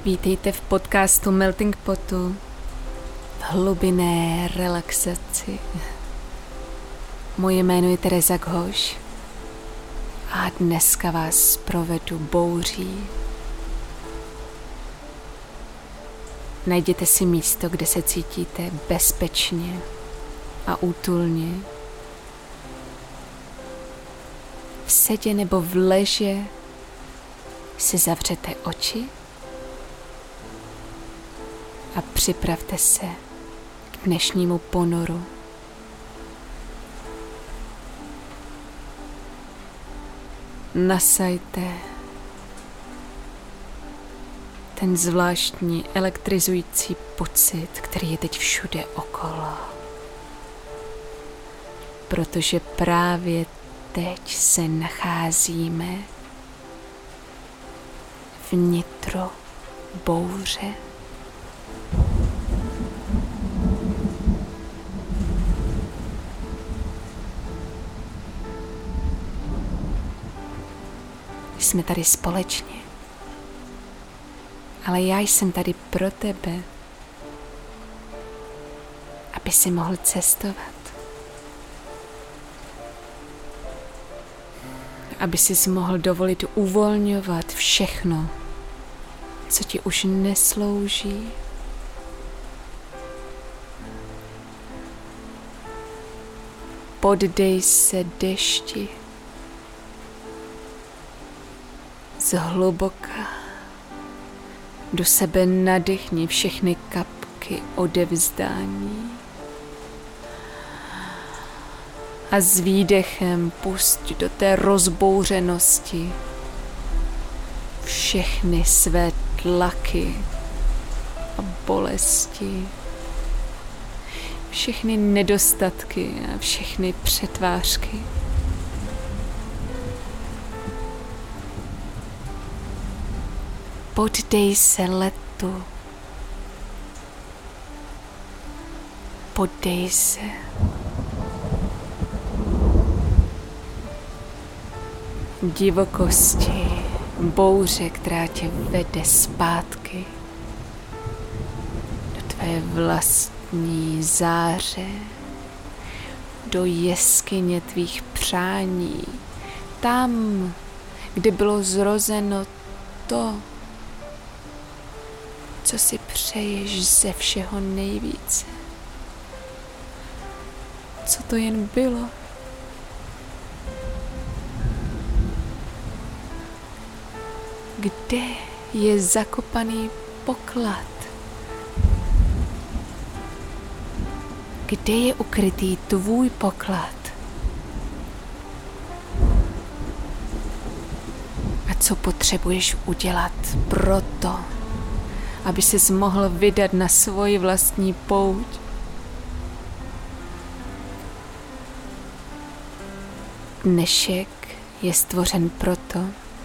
Vítejte v podcastu Melting Potu v hlubinné relaxaci. Moje jméno je Tereza Ghoš a dneska vás provedu bouří. Najděte si místo, kde se cítíte bezpečně a útulně. V sedě nebo v leže si zavřete oči a připravte se k dnešnímu ponoru. Nasajte ten zvláštní elektrizující pocit, který je teď všude okolo. Protože právě teď se nacházíme v nitru bouře. Jsme tady společně, ale já jsem tady pro tebe, aby si mohl cestovat, aby si mohl dovolit uvolňovat všechno, co ti už neslouží. Poddej se dešti. Zhluboka do sebe nadechni všechny kapky odevzdání a s výdechem pusť do té rozbouřenosti všechny své tlaky a bolesti, všechny nedostatky a všechny přetvářky. Poddej se letu. Poddej se. Divokosti, bouře, která tě vede zpátky do tvé vlastní záře, do jeskyně tvých přání, tam, kde bylo zrozeno to, co si přeješ ze všeho nejvíce. Co to jen bylo? Kde je zakopaný poklad? Kde je ukrytý tvůj poklad? A co potřebuješ udělat proto, aby ses mohl vydat na svoji vlastní pouť? Dnešek je stvořen proto,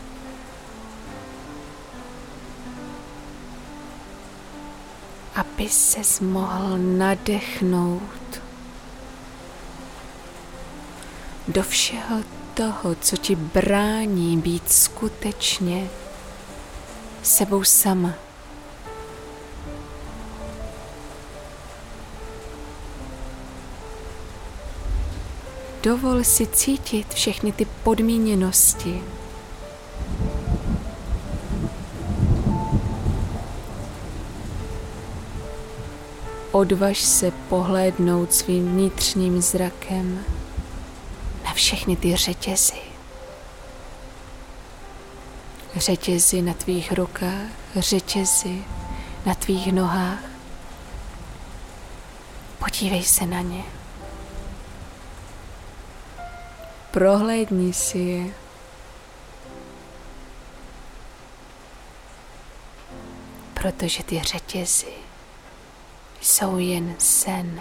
aby ses mohl nadechnout do všeho toho, co ti brání být skutečně sebou sama. Dovol si cítit všechny ty podmíněnosti. Odvaž se pohlédnout svým vnitřním zrakem na všechny ty řetězy. Řetězy na tvých rukách, řetězy na tvých nohách. Podívej se na ně. Prohlédni si je. Protože ty řetězy jsou jen sen.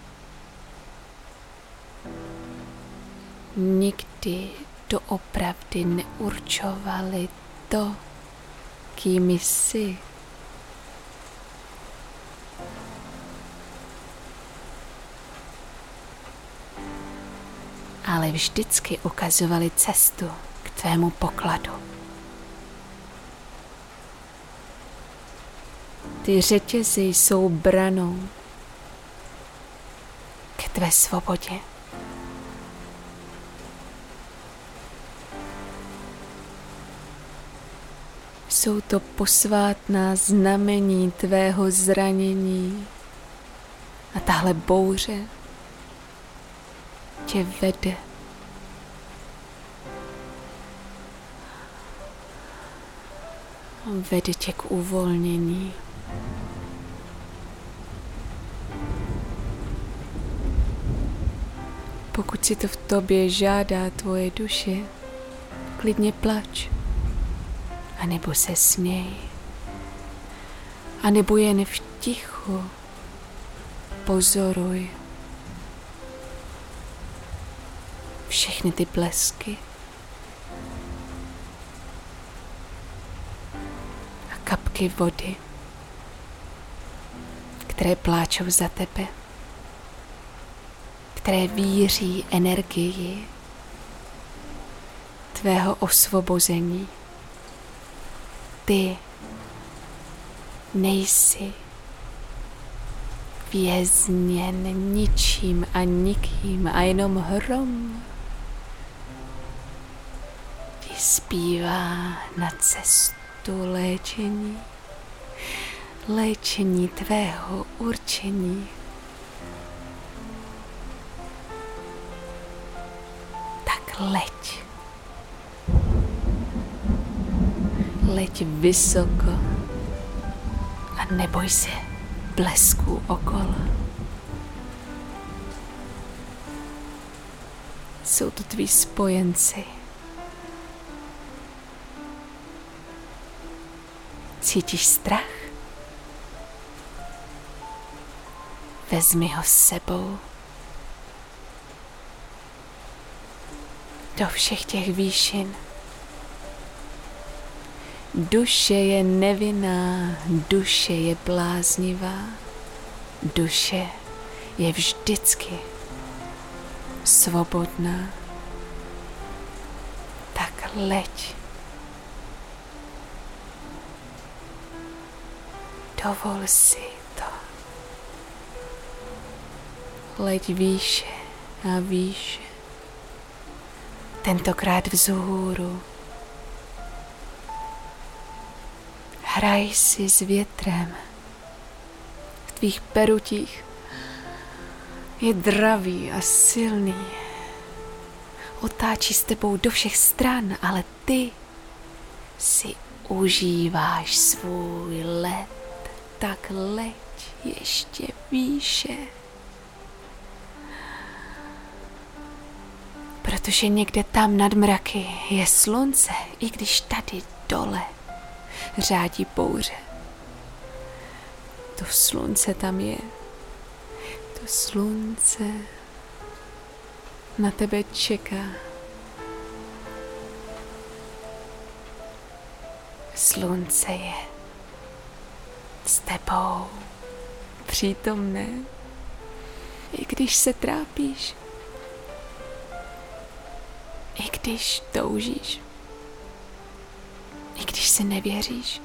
Nikdy doopravdy neurčovali to, kým jsi. Ale vždycky ukazovali cestu k tvému pokladu. Ty řetězy jsou branou ke tvé svobodě. Jsou to posvátná znamení tvého zranění a tahle bouře tě vede. Vede tě k uvolnění. Pokud si to v tobě žádá tvoje duše, klidně plač. A nebo se směj. A nebo jen v tichu pozoruj všechny ty blesky a kapky vody, které pláčou za tebe, které víří energii tvého osvobození. Ty nejsi vězněn ničím a nikým a jenom hrom ti zpívá na cestu léčení, léčení tvého určení. Tak leď. Leď vysoko a neboj se blesků okolo. Jsou to tví spojenci. Cítíš strach? Vezmi ho s sebou do všech těch výšin. Duše je nevinná, duše je bláznivá, duše je vždycky svobodná. Tak leď. Dovol si to. Leď výše a výše. Tentokrát vzhůru. Hraj si s větrem. V tvých perutích je dravý a silný. Otáčí s tebou do všech stran, ale ty si užíváš svůj let. Tak leď ještě výše. Protože někde tam nad mraky je slunce, i když tady dole řádí bouře. To slunce tam je. To slunce na tebe čeká. Slunce je s tebou přítomné, i když se trápíš, i když toužíš, i když si nevěříš.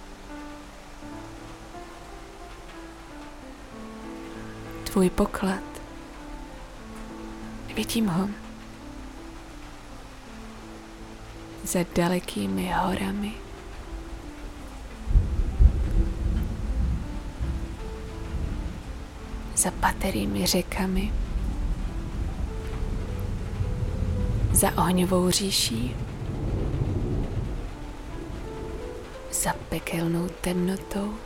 Tvůj poklad, vidím ho za dalekými horami. Za paterými řekami, za ohňovou říší, za pekelnou temnotou,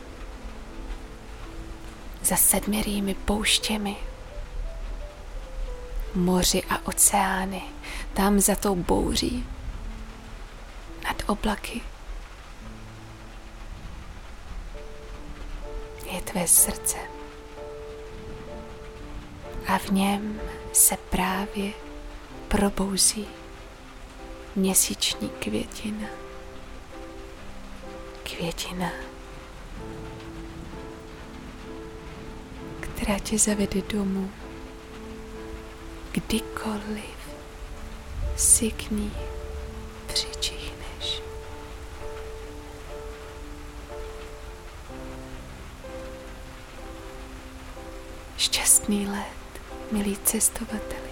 za sedmirými pouštěmi, moři a oceány, tam za tou bouří, nad oblaky. Je tvé srdce. A v něm se právě probouzí měsíční květina. Květina, která tě zavede domů, kdykoliv si k ní přičichneš. Šťastný let, milí cestovateli.